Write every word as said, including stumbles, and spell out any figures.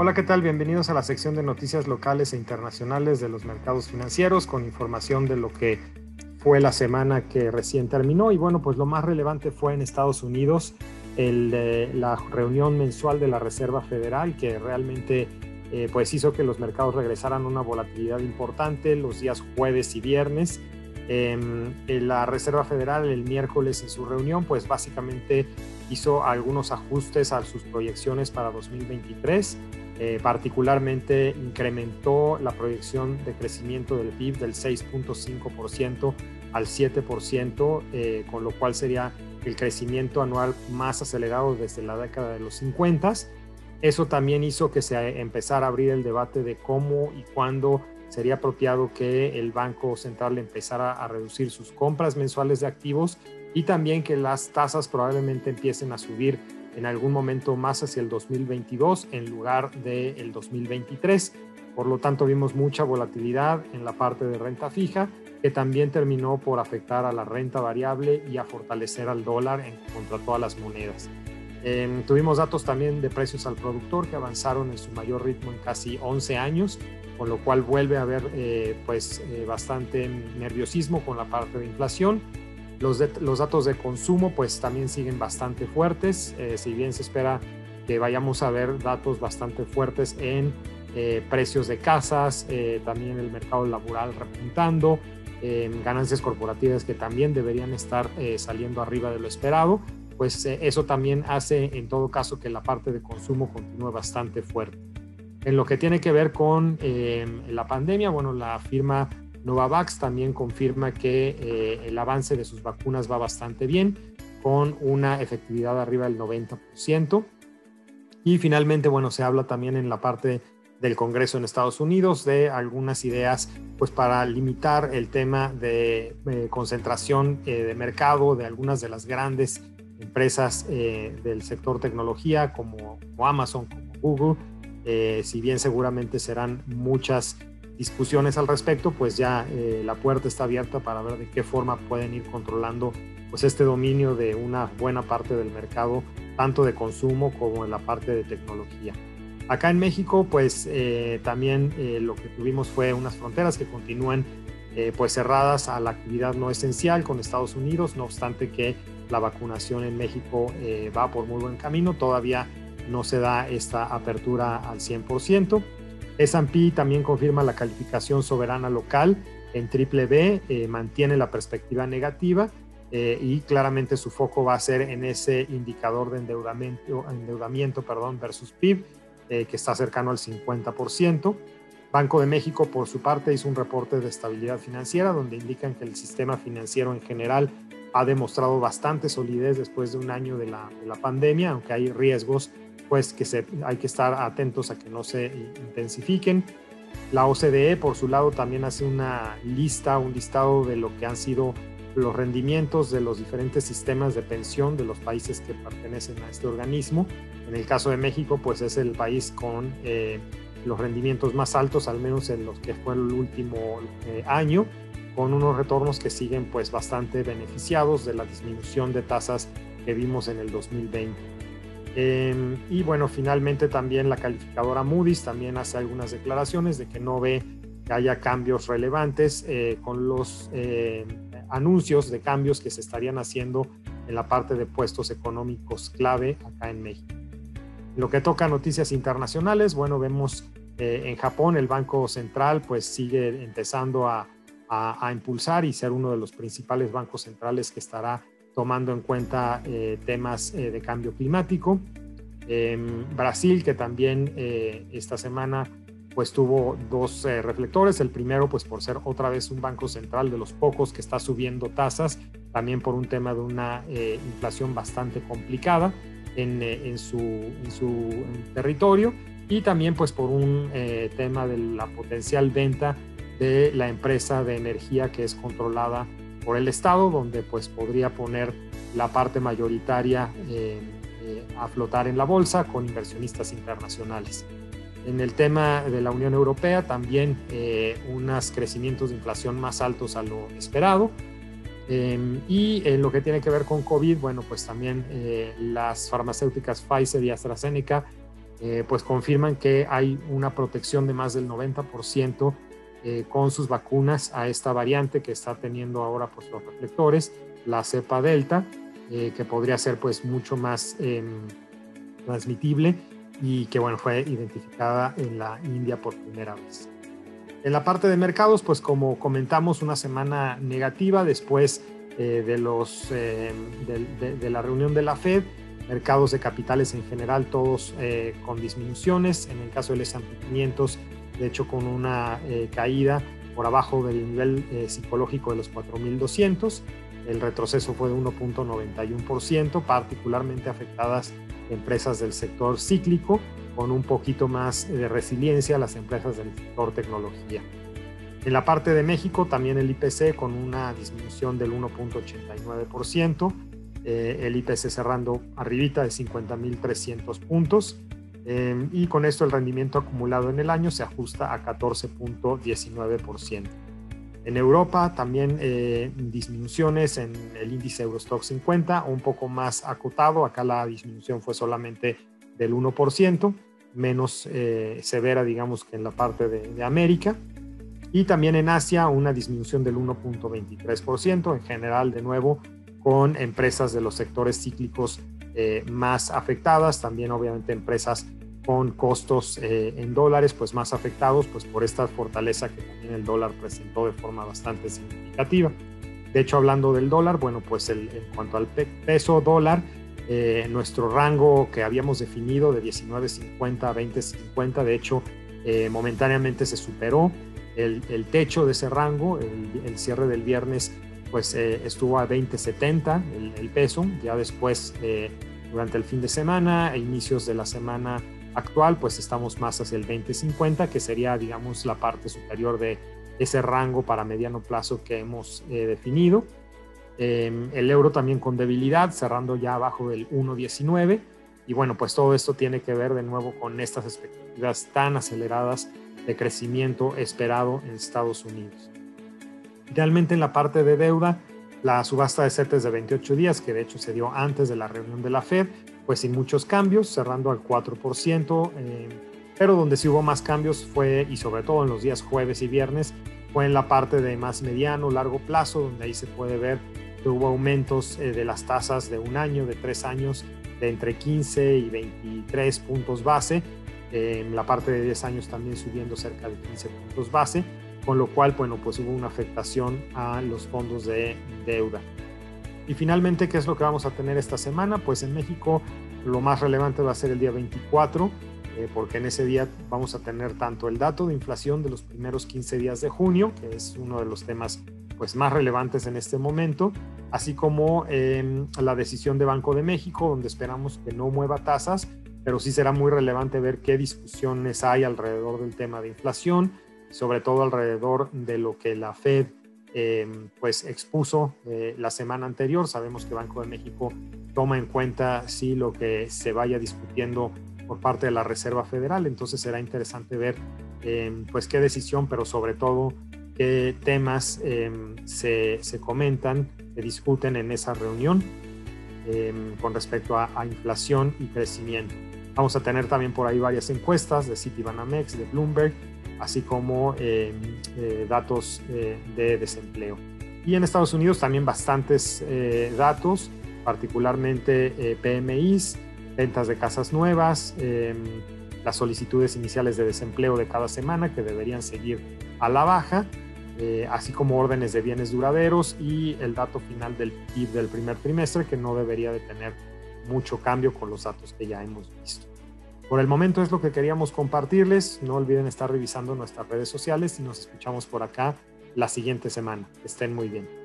Hola, ¿qué tal? Bienvenidos a la sección de noticias locales e internacionales de los mercados financieros con información de lo que fue la semana que recién terminó. Y bueno, pues lo más relevante fue en Estados Unidos el, eh, la reunión mensual de la Reserva Federal, que realmente eh, pues hizo que los mercados regresaran a una volatilidad importante los días jueves y viernes. Eh, la Reserva Federal el miércoles en su reunión pues básicamente hizo algunos ajustes a sus proyecciones para dos mil veintitrés. Eh, particularmente incrementó la proyección de crecimiento del P I B del seis punto cinco por ciento al siete por ciento, eh, con lo cual sería el crecimiento anual más acelerado desde la década de los cincuenta. Eso también hizo que se empezara a abrir el debate de cómo y cuándo sería apropiado que el Banco Central empezara a reducir sus compras mensuales de activos y también que las tasas probablemente empiecen a subir en algún momento más hacia el dos mil veintidós en lugar del dos mil veintitrés. Por lo tanto, vimos mucha volatilidad en la parte de renta fija, que también terminó por afectar a la renta variable y a fortalecer al dólar en, contra todas las monedas. Eh, tuvimos datos también de precios al productor que avanzaron en su mayor ritmo en casi once años, con lo cual vuelve a haber eh, pues, eh, bastante nerviosismo con la parte de inflación. Los, de, los datos de consumo pues también siguen bastante fuertes, eh, si bien se espera que vayamos a ver datos bastante fuertes en eh, precios de casas, eh, también el mercado laboral repuntando, eh, ganancias corporativas que también deberían estar eh, saliendo arriba de lo esperado, pues eh, eso también hace en todo caso que la parte de consumo continúe bastante fuerte. En lo que tiene que ver con eh, la pandemia, bueno, la firma Novavax también confirma que eh, el avance de sus vacunas va bastante bien, con una efectividad arriba del noventa por ciento. Y finalmente, bueno, se habla también en la parte del Congreso en Estados Unidos de algunas ideas pues, para limitar el tema de eh, concentración eh, de mercado de algunas de las grandes empresas eh, del sector tecnología como, como Amazon, como Google. Eh, si bien seguramente serán muchas discusiones al respecto, pues ya eh, la puerta está abierta para ver de qué forma pueden ir controlando pues este dominio de una buena parte del mercado, tanto de consumo como en la parte de tecnología. Acá en México, pues eh, también eh, lo que tuvimos fue unas fronteras que continúan eh, pues cerradas a la actividad no esencial con Estados Unidos, no obstante que la vacunación en México eh, va por muy buen camino, todavía no se da esta apertura al cien por ciento. S and P también confirma la calificación soberana local en triple B, eh, mantiene la perspectiva negativa eh, y claramente su foco va a ser en ese indicador de endeudamiento, endeudamiento perdón, versus P I B, eh, que está cercano al cincuenta por ciento. Banco de México, por su parte, hizo un reporte de estabilidad financiera donde indican que el sistema financiero en general ha demostrado bastante solidez después de un año de la, de la pandemia, aunque hay riesgos pues que se, hay que estar atentos a que no se intensifiquen. La O C D E, por su lado, también hace una lista, un listado de lo que han sido los rendimientos de los diferentes sistemas de pensión de los países que pertenecen a este organismo. En el caso de México, pues es el país con eh, los rendimientos más altos, al menos en los que fue el último eh, año, con unos retornos que siguen pues bastante beneficiados de la disminución de tasas que vimos en el dos mil veinte. Eh, y bueno, finalmente también la calificadora Moody's también hace algunas declaraciones de que no ve que haya cambios relevantes eh, con los eh, anuncios de cambios que se estarían haciendo en la parte de puestos económicos clave acá en México. Lo que toca noticias internacionales, bueno, vemos eh, en Japón el Banco Central pues sigue empezando a, a, a impulsar y ser uno de los principales bancos centrales que estará tomando en cuenta eh, temas eh, de cambio climático. Eh, Brasil, que también eh, esta semana pues tuvo dos eh, reflectores, el primero pues por ser otra vez un banco central de los pocos que está subiendo tasas, también por un tema de una eh, inflación bastante complicada en, eh, en, su, en su en territorio, y también pues por un eh, tema de la potencial venta de la empresa de energía que es controlada por el Estado, donde pues podría poner la parte mayoritaria eh, eh, a flotar en la bolsa con inversionistas internacionales. En el tema de la Unión Europea también eh, unos crecimientos de inflación más altos a lo esperado, eh, y en lo que tiene que ver con COVID, bueno, pues también eh, las farmacéuticas Pfizer y AstraZeneca eh, pues confirman que hay una protección de más del noventa por ciento eh, con sus vacunas a esta variante que está teniendo ahora pues, los reflectores, la cepa Delta, eh, que podría ser pues mucho más eh, transmitible y que bueno, fue identificada en la India por primera vez. En la parte de mercados, pues como comentamos, una semana negativa después eh, de, los, eh, de, de, de la reunión de la Fed. Mercados de capitales en general, todos eh, con disminuciones. En el caso del ese and pe quinientos, de hecho, con una eh, caída por abajo del nivel eh, psicológico de los cuatro mil doscientos. El retroceso fue de uno punto noventa y uno por ciento, particularmente afectadas empresas del sector cíclico, con un poquito más de resiliencia las empresas del sector tecnología. En la parte de México, también el I P C con una disminución del uno punto ochenta y nueve por ciento, eh, el I P C cerrando arribita de cincuenta mil trescientos puntos, eh, y con esto el rendimiento acumulado en el año se ajusta a catorce punto diecinueve por ciento. En Europa también eh, disminuciones en el índice Eurostoxx cincuenta, un poco más acotado. Acá la disminución fue solamente del uno por ciento, menos eh, severa, digamos, que en la parte de, de América. Y también en Asia una disminución del uno punto veintitrés por ciento, en general, de nuevo, con empresas de los sectores cíclicos eh, más afectadas, también obviamente empresas con costos eh, en dólares pues más afectados pues por esta fortaleza que también el dólar presentó de forma bastante significativa. De hecho, hablando del dólar, bueno, pues el, en cuanto al peso dólar, eh, nuestro rango que habíamos definido de diecinueve cincuenta a veinte cincuenta, de hecho, eh, momentáneamente se superó el, el techo de ese rango. El, el cierre del viernes pues eh, estuvo a veinte setenta el, el peso. Ya después, eh, durante el fin de semana e inicios de la semana actual, pues estamos más hacia el veinte cincuenta, que sería, digamos, la parte superior de ese rango para mediano plazo que hemos eh, definido. Eh, el euro también con debilidad, cerrando ya abajo del uno diecinueve. Y bueno, pues todo esto tiene que ver de nuevo con estas expectativas tan aceleradas de crecimiento esperado en Estados Unidos. Realmente en la parte de deuda, la subasta de CETES de veintiocho días, que de hecho se dio antes de la reunión de la Fed, pues sin muchos cambios, cerrando al cuatro por ciento, eh, pero donde sí hubo más cambios fue, y sobre todo en los días jueves y viernes, fue en la parte de más mediano, largo plazo, donde ahí se puede ver que hubo aumentos eh, de las tasas de un año, de tres años, de entre quince y veintitrés puntos base, eh, en la parte de diez años también subiendo cerca de quince puntos base, con lo cual, bueno, pues hubo una afectación a los fondos de deuda. Y finalmente, ¿qué es lo que vamos a tener esta semana? Pues en México lo más relevante va a ser el día veinticuatro, eh, porque en ese día vamos a tener tanto el dato de inflación de los primeros quince días de junio, que es uno de los temas pues, más relevantes en este momento, así como eh, la decisión de Banco de México, donde esperamos que no mueva tasas, pero sí será muy relevante ver qué discusiones hay alrededor del tema de inflación, sobre todo alrededor de lo que la Fed eh, pues expuso eh, la semana anterior. Sabemos que Banco de México toma en cuenta sí lo que se vaya discutiendo por parte de la Reserva Federal, entonces será interesante ver eh, pues qué decisión, pero sobre todo qué temas eh, se, se comentan, se discuten en esa reunión eh, con respecto a, a inflación y crecimiento. Vamos a tener también por ahí varias encuestas de Citibanamex, de Bloomberg, así como eh, eh, datos eh, de desempleo. Y en Estados Unidos también bastantes eh, datos, particularmente eh, P M Is, ventas de casas nuevas, eh, las solicitudes iniciales de desempleo de cada semana que deberían seguir a la baja, eh, así como órdenes de bienes duraderos y el dato final del P I B del primer trimestre, que no debería de tener mucho cambio con los datos que ya hemos visto. Por el momento es lo que queríamos compartirles. No olviden estar revisando nuestras redes sociales y nos escuchamos por acá la siguiente semana. Que estén muy bien.